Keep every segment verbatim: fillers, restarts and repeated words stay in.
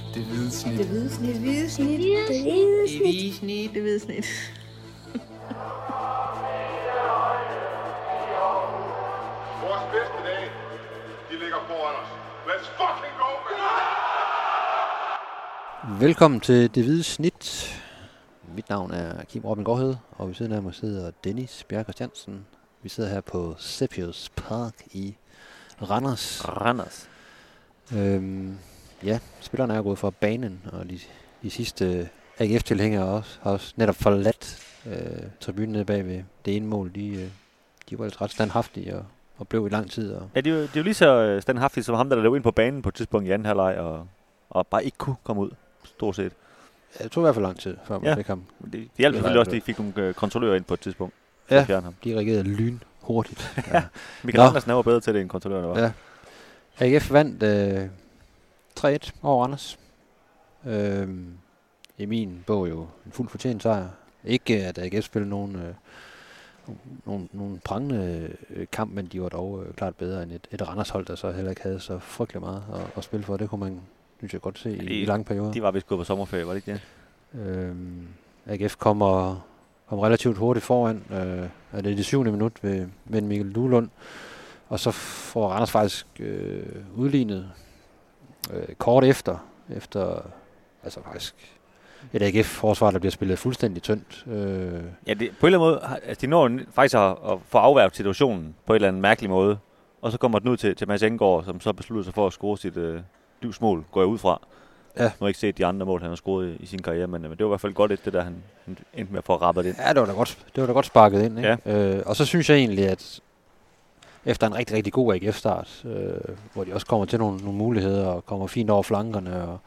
Det hvide snit. Det hvide snit. Det hvide snit. Det hvide snit. Det hvide snit. Det hvide snit. Vores bedste dage, de ligger foran os. Let's fucking go, man! Velkommen til Det Hvide Snit. Mit navn er Kim Robin Gårdhede, og ved siden af mig sidder Dennis Bjerg Christiansen. Vi sidder her på Sepios Park i Randers. Randers. Øhm, ja, spillerne er gået fra banen, og de, de sidste A G F-tilhængere også, har også netop forladt øh, tribunen nede bag ved det ene mål. De, øh, de var altså ret standhaftige og, og blev i lang tid. Og Ja, det er jo, det er jo lige så standhaftigt som ham, der løb ind på banen på et tidspunkt i anden halvleg, og, og bare ikke kunne komme ud, stort set. ja, det tog i hvert fald lang tid, før man Ja. fik ham. Det, det hjalp selvfølgelig også, at de fik nogle øh, kontrollører ind på et tidspunkt. Ja, for at fjerne ham. de reagerede lyn hurtigt. Ja. Michael Nå. Andersen var bedre til det, end kontrollørerne var. Ja. A G F vandt øh, tre et over Randers. Øhm, I min bog jo en fuldt fortjent sejr. Ikke at A G F spillede nogen, øh, nogen, nogen prangende øh, kamp, men de var dog øh, klart bedre end et, et Randers hold, der så heller ikke havde så frygtelig meget at, at spille for. Det kunne man, synes jeg, godt se i, De- i lange perioder. De var vist gået på sommerferie, var det ikke det? Øhm, A G F kommer, kommer relativt hurtigt foran. Øh, er det i det syvende minut ved, ved Mikkel Duelund. Og så får Randers faktisk øh, udlignet øh, kort efter, efter altså faktisk et A G F-forsvar, der bliver spillet fuldstændig tyndt. Øh, Ja, det, på en eller anden måde, har- altså de når jo faktisk at, at få afværget situationen på en eller anden mærkelig måde. Og så kommer den ud til, til Mads Enggaard, som så beslutter sig for at score sit øh, livsmål, går jeg ud fra. Ja. Nu har jeg ikke set de andre mål, han har scoret i, i sin karriere, men, men det var i hvert fald godt et, det der, han, han endte med at få rappet ind. ja, det var da godt, det var da godt sparket ind. Ikke? Ja. Øh, og så synes jeg egentlig, at efter en rigtig, rigtig god A G F-start, øh, hvor de også kommer til nogle, nogle muligheder og kommer fint over flankerne, og,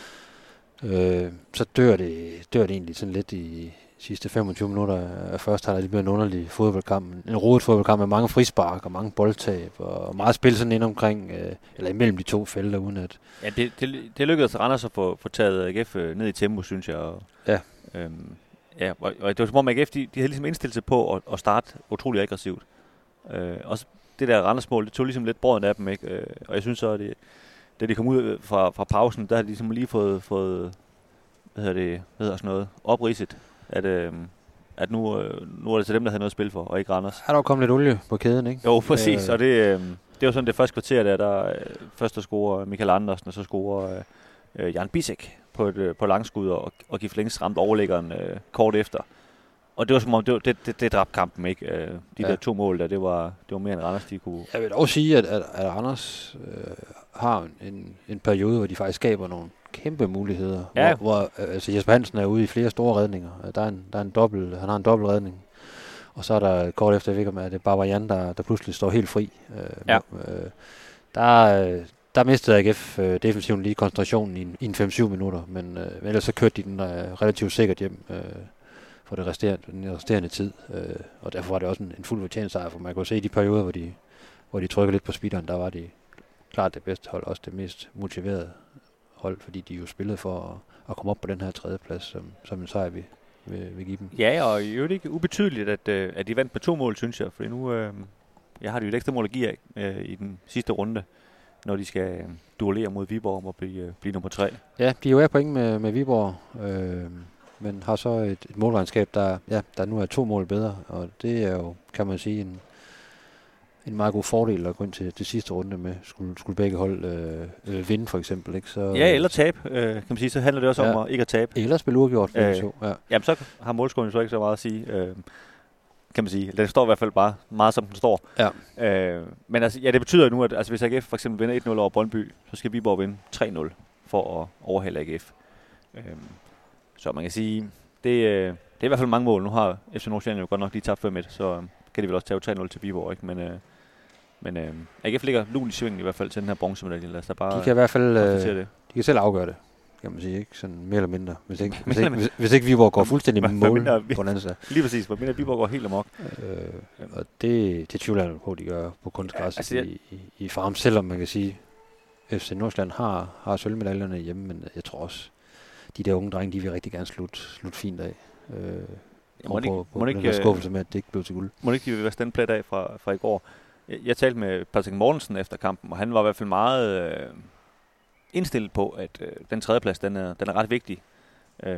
øh, så dør det, dør det egentlig sådan lidt i sidste femogtyve minutter af første halvleg. Det bliver en underlig fodboldkamp. En rodet fodboldkamp med mange frispark og mange boldtab, og meget spil sådan ind omkring, øh, eller imellem de to felter, uden at... Ja, det, det, det lykkedes Randers at få, få taget A G F ned i tempo, synes jeg. Og, Ja. Øhm, ja, og, og det var som om A G F, de, de havde ligesom indstillet sig på at, at starte utrolig aggressivt. Øh, også det der Randers-mål, det tog ligesom lidt brøden af dem, ikke? Øh, og jeg synes så, at det, da de kom ud fra, fra pausen, der havde de ligesom lige fået, fået hvad hedder det, hvad hedder sådan noget, opridset, at, øh, at nu, øh, nu er det til dem, der havde noget at spille for, og ikke Randers. Er der jo kommet lidt olie på kæden, ikke? Jo, præcis, Øh. og det, øh, det var sådan det første kvarter der, der øh, først der scorer Michael Andersen, og så scorer øh, øh, Jan Bisek på et øh, på langskud, og, og Gif Længs ramte overlæggeren øh, kort efter. Og det var som om, det, var, det, det, det dræbte kampen, ikke? Øh, de Ja. der to mål der, det var, det var mere end Randers, de kunne... Jeg vil dog sige, at, at, at Randers øh, har en, en periode, hvor de faktisk skaber nogle kæmpe muligheder. Ja. Hvor, hvor øh, altså Jesper Hansen er ude i flere store redninger. Der er en, der er en dobbelt, han har en dobbelt redning. Og så er der kort efter, jeg ved ikke om, at det er Barbarian, der, der pludselig står helt fri. Øh, Ja. øh, der, der mistede A G F øh, defensivt lige koncentrationen i, en- i en fem syv minutter, men øh, ellers så kørte de den øh, relativt sikkert hjem øh, for det resterende, den resterende tid. Øh, og derfor var det også en, en fuld fortjent sejr, for man kunne se i de perioder, hvor de, hvor de trykker lidt på speederen, der var de klart det bedste hold, også det mest motiverede hold, fordi de jo spillede for at, at komme op på den her tredje plads, som, som en sejr vil, vil, vil give dem. Ja, og i øvrigt ikke ubetydeligt, at, øh, at de vandt på to mål, synes jeg. For nu øh, jeg har de jo et ekstra mål at give af øh, i den sidste runde, når de skal øh, duellere mod Viborg om at blive, øh, blive nummer tre. Ja, de er jo af point med, med Viborg, øh, men har så et, et målregnskab, der, ja, der nu er to mål bedre, og det er jo, kan man sige, en, en meget god fordel at gå ind til det sidste runde med, skulle, skulle begge hold øh, øh, vinde for eksempel. Ikke? Så, Ja, eller tab, øh, kan man sige. Så handler det også Ja. om at ikke at tabe. Eller spille uafgjort for Øh, de to. Ja. Jamen, så har målscoringen så ikke så meget at sige, øh, kan man sige. Den står i hvert fald bare meget, som den står. Ja. Øh, men altså, ja, det betyder nu, at altså, hvis A G F for eksempel vinder et nul over Brøndby, så skal Viborg vinde tre nul for at overhale A G F. Øh, så man kan sige, det, øh, det er i hvert fald mange mål. Nu har F C Nordsjælland jo godt nok lige tabt fem et, så øh, kan de vel også tage tre nul til Viborg, ikke? Men, øh, men øh, A G F ligger lunt i svingen i hvert fald til den her bronzemedalje. Lad os da bare De kan i hvert fald konstatere øh, det. de kan selv afgøre det, kan man sige, ikke? Sådan mere eller mindre. Hvis ikke, hvis ikke, hvis, hvis ikke Viborg går fuldstændig Hvad- med hvad mål mindre vi- på den anden side. Lige præcis, hvor mindre Viborg går helt amok. Øh, og det, det tvivler jeg på, at de gør på kunstgræs Ja, altså, ja, jeg- altså i, i, i Farum, selvom man kan sige, F C Nordsjælland har, har sølvmedaljerne hjemme, men jeg tror også, de der unge drenge, de vil rigtig gerne slutte, slutte fint af. Øh, Må og det ikke- på, på må det den ikke, her øh, skuffelse med, at det ikke blev til guld. Må det ikke de vil være standplet af fra, fra i går? Jeg, jeg talte med Patrick Mortensen efter kampen, og han var i hvert fald meget øh, indstillet på, at øh, den tredjeplads, den er, den er ret vigtig. Øh,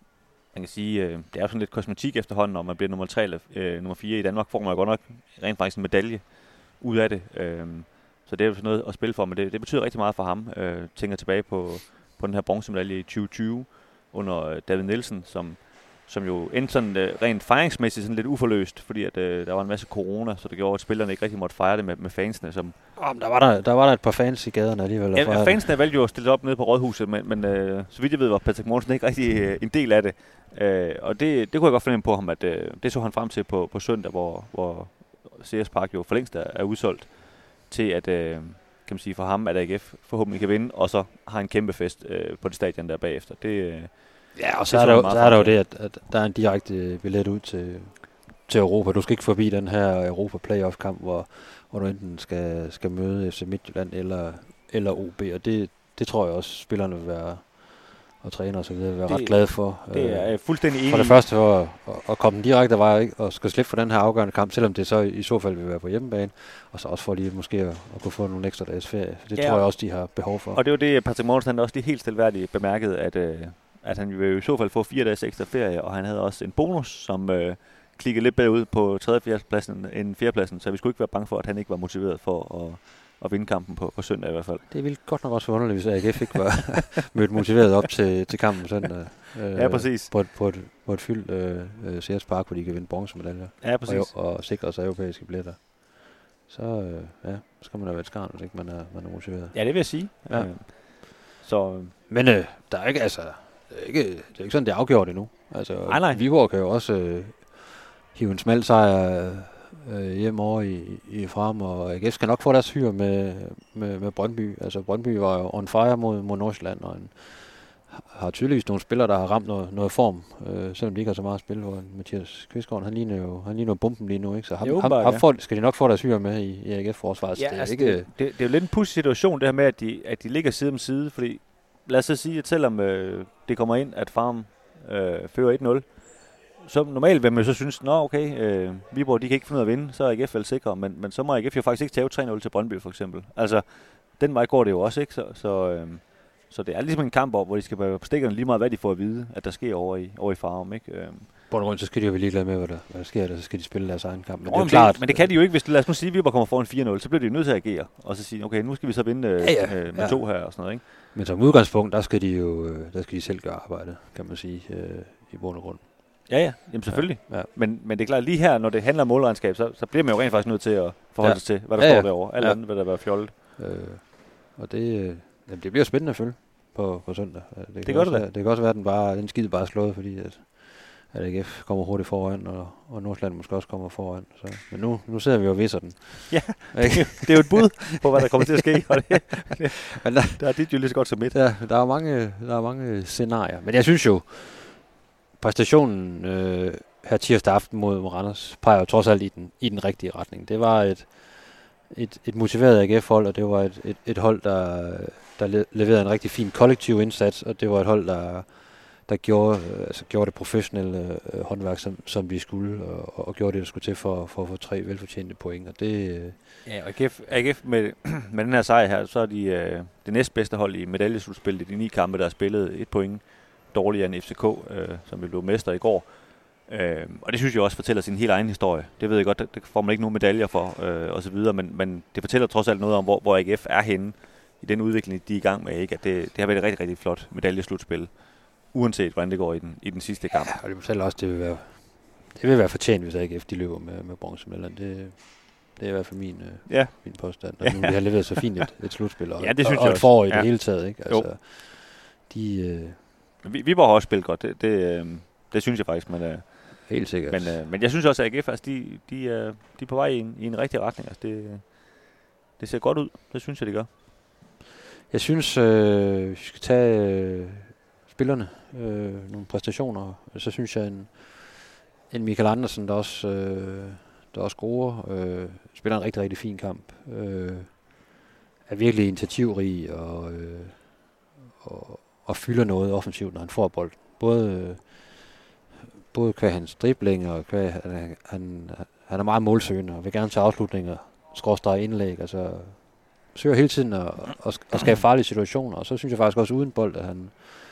man kan sige, øh, det er sådan lidt kosmetik efterhånden, når man bliver nummer tre eller øh, nummer fire i Danmark, får man godt nok rent faktisk en medalje ud af det. Øh, så det er jo sådan noget at spille for, men det, det betyder rigtig meget for ham. Øh, tænker tilbage på, på den her bronzemedalje i tyve tyve under øh, David Nielsen, som som jo endte sådan uh, rent fejringsmæssigt sådan lidt uforløst, fordi at, uh, der var en masse corona, så det gjorde, at spillerne ikke rigtig måtte fejre det med, med fansene. Som oh, der, var der, der var der et par fans i gaderne alligevel. Ja, fansene valgte jo at stille op nede på Rådhuset, men, men uh, så vidt jeg ved, var Patrick Mortensen ikke rigtig uh, en del af det. Uh, og det, det kunne jeg godt fornemme på ham, at uh, det så han frem til på, på søndag, hvor, hvor C S Park jo for længst er, er udsolgt, til at uh, kan man sige, for ham, at A G F forhåbentlig kan vinde, og så har en kæmpe fest uh, på det stadion der bagefter. Det uh, Ja, og så er, der jo, så er der jo det, at, at der er en direkte billet ud til, til Europa. Du skal ikke forbi den her Europa Playoff-kamp, hvor, hvor du enten skal, skal møde F C Midtjylland eller, eller O B, og det, det tror jeg også, spillerne vil være, og træner og så videre, vil være det, ret glade for. Det er jeg fuldstændig enig. For det første for at, at komme direkte vej, ikke? Og skal slippe for den her afgørende kamp, selvom det så i så fald vil være på hjemmebane, og så også for lige måske at, at kunne få nogle ekstra dages ferie. Det ja. tror jeg også, de har behov for. Og det var det, Patrick Mortensen han også lige helt stilværdigt bemærkede, at øh, at han ville i så fald få fire dages ekstra ferie, og han havde også en bonus, som øh, klikkede lidt bedre ud på tredje og fjerde pladsen end fjerdepladsen, så vi skulle ikke være bange for, at han ikke var motiveret for at, at vinde kampen på, på søndag i hvert fald. Det ville godt nok også forunderligt, hvis A G F ikke var mødt motiveret op til, til kampen søndag. Øh, ja, præcis. På et, på et, på et fyldt øh, C S Park, hvor de kan vinde bronzemedaljer. Ja, præcis. Og, og sikre sig europæiske billetter. Så øh, ja, skal man da være et skarn, hvis ikke man er, man er motiveret. Ja, det vil jeg sige. Ja. Øh, så, Men øh, der er ikke, altså... Det er, ikke, det er ikke sådan, det er afgjort endnu. Altså, nej, nej. Viborg kan jo også øh, hive en smal sejr øh, hjem over i, i Frem, og A G F skal nok få deres hyr med, med, med Brøndby. Altså Brøndby var jo on fire mod, mod Nordsjælland, og en, har tydeligvis nogle spillere, der har ramt noget, noget form, øh, selvom de ikke har så meget at spille, hvor Mathias Kvistgaard, han ligner jo han ligner bomben lige nu, ikke? Så ham, jo, ham, ham ja. får, skal de nok få deres hyr med i, i A G F-forsvaret. Ja, det, altså ikke, det, det, det er jo lidt en pudsig situation, det her med, at de, at de ligger side om side, fordi lad os så sige, at selvom øh, det kommer ind, at Farm øh, fører et nul, så normalt vil man så synes, nå okay, øh, Viborg, de kan ikke finde ud af at vinde, så er A G F vel sikre, men, men så må A G F jo faktisk ikke tage tre nul til Brøndby for eksempel. Altså, den vej går det jo også, ikke? Så, så, øh, så det er ligesom en kamp, hvor de skal være på stikkerne lige meget, hvad de får at vide, at der sker over i, over i Farum, ikke? Øh. På grund så skal de jo være ligeglade med, hvad der, hvad der sker, så skal de spille deres egen kamp. Men, oh, det, er klart, det, men det kan de jo ikke, hvis lad os nu sige, at Viborg kommer foran fire nul, så bliver de jo nødt til at agere, og så sige, okay, nu skal vi så vinde øh, ja, ja, med ja. to her og sådan noget, ikke? Men som udgangspunkt, der skal de jo der skal de selv gøre arbejde, kan man sige, øh, i bund og grund. Ja, ja, jamen selvfølgelig. Ja, ja. Men, men det er klart, lige her, når det handler om målregnskab, så, så bliver man jo rent faktisk nødt til at forholde ja. sig til, hvad der ja, står ja. derovre. Alt ja. andet vil der være fjollet. Øh, og det, øh, jamen, det bliver spændende at følge på, på søndag. Det, det kan gør også, det være, det kan også være, at den, bare, den skide bare er slået, fordi at, at A G F kommer hurtigt foran, og, og Nordsjælland måske også kommer foran. Så. Men nu, nu sidder vi jo og viser den. Ja, det er jo et bud på, hvad der kommer til at ske. Og det, det, Men der, der er dit jo lige så godt som mit. Ja, der er mange, der er mange scenarier. Men jeg synes jo, præstationen øh, her tirsdag aften mod Randers peger jo trods alt i den, i den rigtige retning. Det var et, et, et motiveret A G F-hold, og det var et, et, et hold, der, der leverede en rigtig fin kollektiv indsats, og det var et hold, der, der gjorde, altså gjorde det professionelle øh, håndværk, som, som vi skulle, og, og gjorde det, der skulle til for, for at få tre velfortjente point. Og det, øh ja, og A G F, A G F med, med den her sejr her, så er de øh, det næstbedste hold i medaljeslutspillet i de ni kampe, der er spillet et point dårligere end F C K, øh, som vi blev mester i går. Øh, og det synes jeg også fortæller sin helt egen historie. Det ved jeg godt, det får man ikke nogen medaljer for, øh, og så videre, men, men det fortæller trods alt noget om, hvor, hvor A G F er henne i den udvikling, de er i gang med, ikke? At det, det har været et rigtig, rigtig flot medaljeslutspil, uanset hvordan det går i den, i den sidste kamp. Ja, og det fortæller også, det vil være, det vil være fortjent, hvis A G F de løber med, med bronzemedaljen. Det, det er i hvert fald min, øh, ja. min påstand. Og nu, de har leveret så fint et, et slutspil, og, ja, det synes og, jeg og et forår i ja. det hele taget. Ikke? Altså, de... Øh, Vi, vi var også spillet godt, det, det, øh, det synes jeg faktisk, men, øh, helt sikkert. Men, øh, men jeg synes også, at A G F, altså, de, de, øh, de er på vej i en, i en rigtig retning. Altså, det, det ser godt ud, det synes jeg, det gør. Jeg synes, øh, vi skal tage øh, spillerne, øh, nogle præstationer. Så synes jeg, en, en Michael Andersen, der også, øh, der også gruer, øh, spiller en rigtig, rigtig fin kamp. Øh, er virkelig initiativrig og... Øh, og og fylder noget offensivt, når han får bold. Både, både kvad hans driblinger, og kvad, han, han, han er meget målsøgende, og vil gerne tage afslutninger, skråstrege indlæg, altså søger hele tiden at, at, at skabe farlige situationer, og så synes jeg faktisk også uden bold, at han,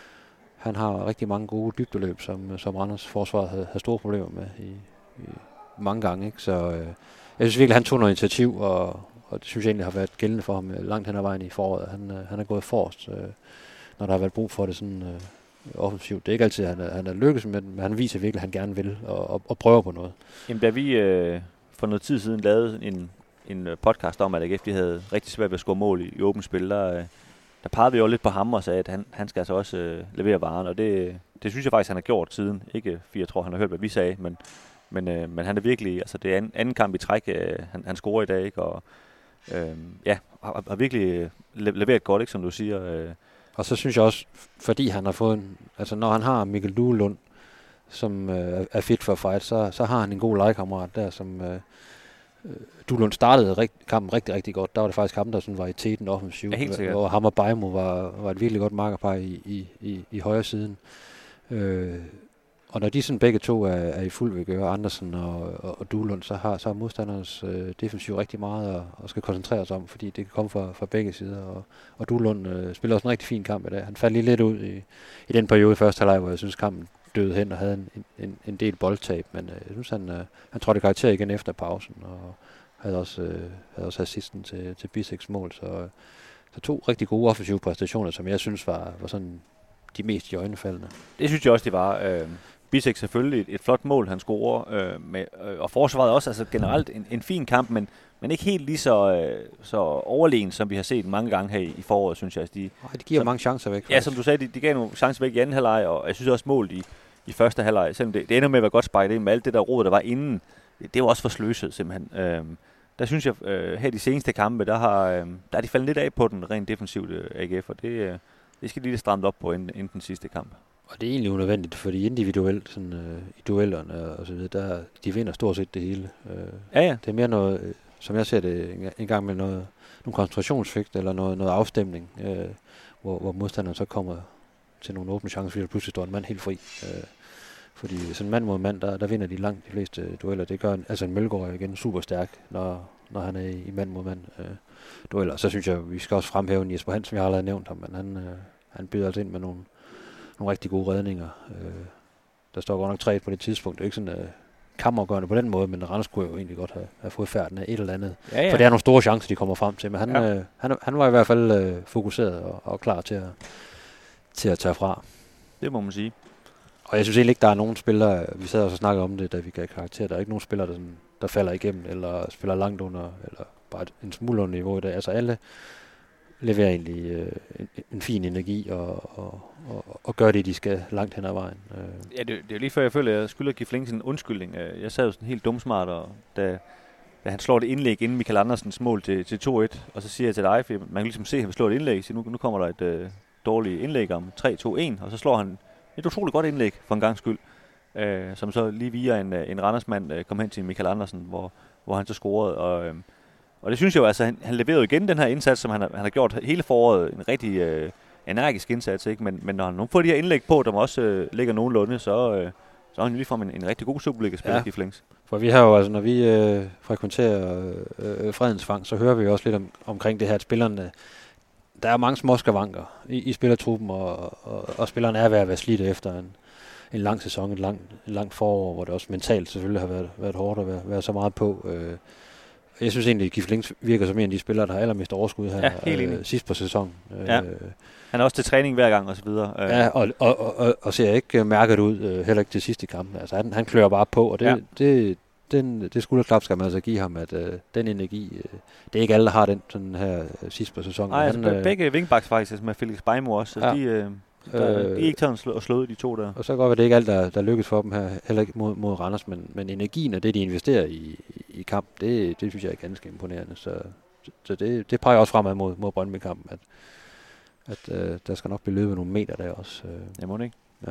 han har rigtig mange gode dybdeløb, som, som Randers forsvar havde, havde store problemer med i, i mange gange. Ikke? Så øh, jeg synes virkelig, at han tog noget initiativ, og, og det synes jeg egentlig har været gældende for ham langt hen ad vejen i foråret. Han, øh, han er gået forrest, øh, når der har været brug for det sådan øh, offensivt. Det er ikke altid, at han er, han er lykkes med men han viser virkelig, at han gerne vil og, og, og prøver på noget. Jamen, da vi øh, for noget tid siden lavede en, en podcast om, at A G F de havde rigtig svært ved at score mål i, i åbent spil, der, øh, der pegede vi jo lidt på ham og sagde, at han, han skal altså også øh, levere varen, og det, det synes jeg faktisk, han har gjort siden. Ikke fordi jeg tror, han har hørt, hvad vi sagde, men, men, øh, men han er virkelig, altså det er anden, anden kamp i træk, øh, han, han scorer i dag, ikke? Og øh, ja, har, har virkelig leveret godt, ikke, som du siger. Øh. Og så synes jeg også, fordi han har fået en, altså når han har Mikkel Duelund, som øh, er fit for fight, så, så har han en god legekammerat der, som øh, Duelund startede rigt, kampen rigtig, rigtig godt. Der var det faktisk ham, der sådan var i teten offensiv, ja, og ham og Bajmo var, var et virkelig godt markerpar i, i, i, i højre siden. Øh, og når de sådan begge to er, er i fuld vigør, Andersen og, og, og Duelund, så har, så har modstandernes øh, defensiv rigtig meget at, at skal koncentrere sig om, fordi det kan komme fra, fra begge sider. Og, og Duelund øh, spiller også en rigtig fin kamp i dag. Han faldt lige lidt ud i, i den periode i første halvleg, hvor jeg synes kampen døde hen og havde en, en, en del boldtab, men øh, jeg synes, han, øh, han trådte karakter igen efter pausen, og havde også, øh, havde også assisten til, til Biseks mål, så, øh, så to rigtig gode offensive præstationer, som jeg synes var, var sådan de mest iøjnefaldende. Det synes jeg også, det var. Øh, Bisek selvfølgelig et, et flot mål, han scorer, øh, med, øh, og forsvaret også, altså generelt en, en fin kamp, men, men ikke helt lige så, øh, så overlegen, som vi har set mange gange her i, i foråret, synes jeg. Altså, de, Ej, de giver som, mange chancer væk. Faktisk. Ja, som du sagde, de, de gav nogle chancer væk i anden halvleg, og jeg synes også mål i, i første halvleg, selvom det, det ender med at være godt sparket ind med alt det der rod, der var inden, det, det var også for sløset simpelthen. Øh, der synes jeg, øh, her de seneste kampe, der har, øh, der er de faldet lidt af på den rent defensivt øh, A G F, og det, øh, det skal de lige stramt op på inden, inden den sidste kamp. Og det er egentlig unødvendigt, fordi individuelt, sådan, øh, i duellerne og så videre, der, de vinder stort set det hele. Øh, ja, ja. Det er mere noget, øh, som jeg ser det, en, en gang med noget, nogle koncentrationsfigt eller noget, noget afstemning, øh, hvor, hvor modstanderen så kommer til nogle åbne chancer, fordi der pludselig står en mand helt fri. Øh, fordi sådan mand mod mand, der, der vinder de langt de fleste dueller. Det gør en, altså en Mølgaard igen super stærk, når, når han er i, i mand mod mand øh, dueller. Så synes jeg, vi skal også fremhæve Jesper Hansen, som jeg har allerede nævnt ham, men han, øh, han byder altså ind med nogle nogle rigtig gode redninger. Øh, der står godt nok tre på det tidspunkt. Det er ikke sådan uh, kammergørende på den måde, men Randers kunne jo egentlig godt have, have fået færden af et eller andet. Ja, ja. For det er nogle store chancer, de kommer frem til. Men han, ja. øh, han, han var i hvert fald øh, fokuseret og, og klar til at, til at tage fra. Det må man sige. Og jeg synes egentlig ikke, der er nogen spillere, vi sad også og snakkede om det, da vi gav karakter, der er ikke nogen spillere, der, sådan, der falder igennem, eller spiller langt under, eller bare en smule under niveau i dag. Altså alle leverer egentlig øh, en, en fin energi og, og, og, og gør det, de skal langt hen ad vejen. Ja, det, det er jo lige før, jeg føler, at jeg skylder at give Flink en undskyldning. Jeg sad jo sådan helt dumsmart, og da, da han slår det indlæg inden Michael Andersens mål til, til to et, og så siger jeg til dig, for man kan ligesom se, at han slår et indlæg, så nu, nu kommer der et øh, dårligt indlæg om tre to en, og så slår han et utroligt godt indlæg for en gangs skyld, øh, som så lige via en, en Randersmand øh, kom hen til Michael Andersen, hvor, hvor han så scorede, og... Øh, Og det synes jeg jo, altså, han, han leverede jo igen den her indsats, som han har, han har gjort hele foråret, en rigtig øh, energisk indsats, ikke? Men, men når han nu får de her indlæg på, der også øh, ligger nogenlunde, så, øh, så er han jo ligefrem en, en rigtig god Superliga-spiller, ja. I Flings. For vi har jo, altså, når vi øh, frekventerer øh, Fredens Fang, så hører vi jo også lidt om, omkring det her, at spillerne, der er mange små skavanker i, i spillertruppen, og, og, og spillerne er ved at være slidte efter en, en lang sæson, et langt, et langt forår, hvor det også mentalt selvfølgelig har været, været hårdt at være, være så meget på. Øh, Jeg synes egentlig, at Gif Links virker som en af de spillere, der har allermest overskud her ja, øh, sidst på sæsonen. Ja. Øh, han er også til træning hver gang og så videre. Ja, og, og, og, og, og ser ikke mærket ud, øh, heller ikke til sidste kamp. Altså, han, han klør bare på, og det, ja. det, den, det skulderklap skal man altså give ham, at øh, den energi, øh, det er ikke alle, der har den sådan her øh, sidst på sæsonen. Nej, altså, øh, begge wingbacks faktisk, med Felix Bajmo også, ja. de, øh, der, øh, de er ikke taget og slået de to der. Og så kan godt være, det ikke alt, der, der lykkes for dem her, heller ikke mod, mod Randers, men, men energien og det, de investerer i, i kamp, det, det synes jeg er ganske imponerende. Så, så det, det peger også fremad mod, mod Brøndby-kampen, at, at øh, der skal nok blive løbet nogle meter der også. Øh. Jeg må det ikke. Ja.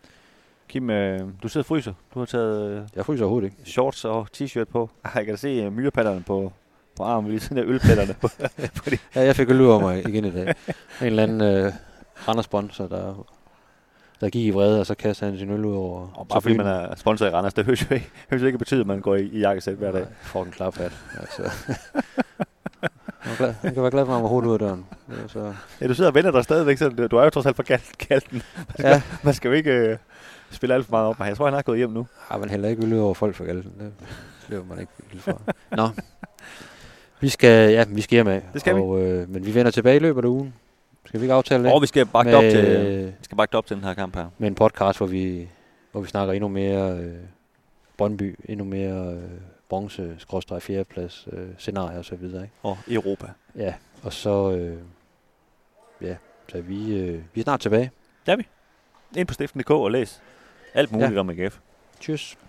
Kim, øh, du sidder og fryser. Du har taget øh, jeg fryser overhovedet ikke. Shorts og t-shirt på. Ej, jeg kan da se uh, myrepatterne på, på armen, lige sådan der ølpletterne på, på de. Ja, jeg fik øl ud over mig igen i dag. En eller anden øh, Randers sponsor, der, der gik i vrede, og så kastede han sin øl ud over. Og bare fordi man er sponsor i Randers, det høres jo ikke, høres jo ikke betyde, at man går i, i jakkesæt hver dag. Nej, får den klap hat. Altså. glad, han kan være glad for, at han var hurtigt ud af døren. Ja, så. Ja, du sidder og venter dig stadigvæk, så du er jo trods alt for kalten. Man skal, ja. man skal jo ikke øh, spille alt for meget op. Jeg tror, han har gået hjem nu. Har man heller ikke vil løbe over folk for galten. Det løber man ikke vildt fra. Nå. Vi skal, ja, vi skal hjem af. Det skal og, øh, men vi vender tilbage i løbet af ugen. Skal vi ikke aftale det? Og vi skal bakke op til, vi skal bakke op til den her kamp her. Med en podcast, hvor vi, hvor vi snakker endnu mere øh, Brøndby, endnu mere øh, bronze, skråstreg, fjerdeplads, øh, scenarier og så videre. Ikke? Og Europa. Ja, og så, øh, ja, så vi, øh, vi er snart tilbage. Det er vi. Ind på stiften punktum d k og læs alt muligt ja. om A G F. Tjus.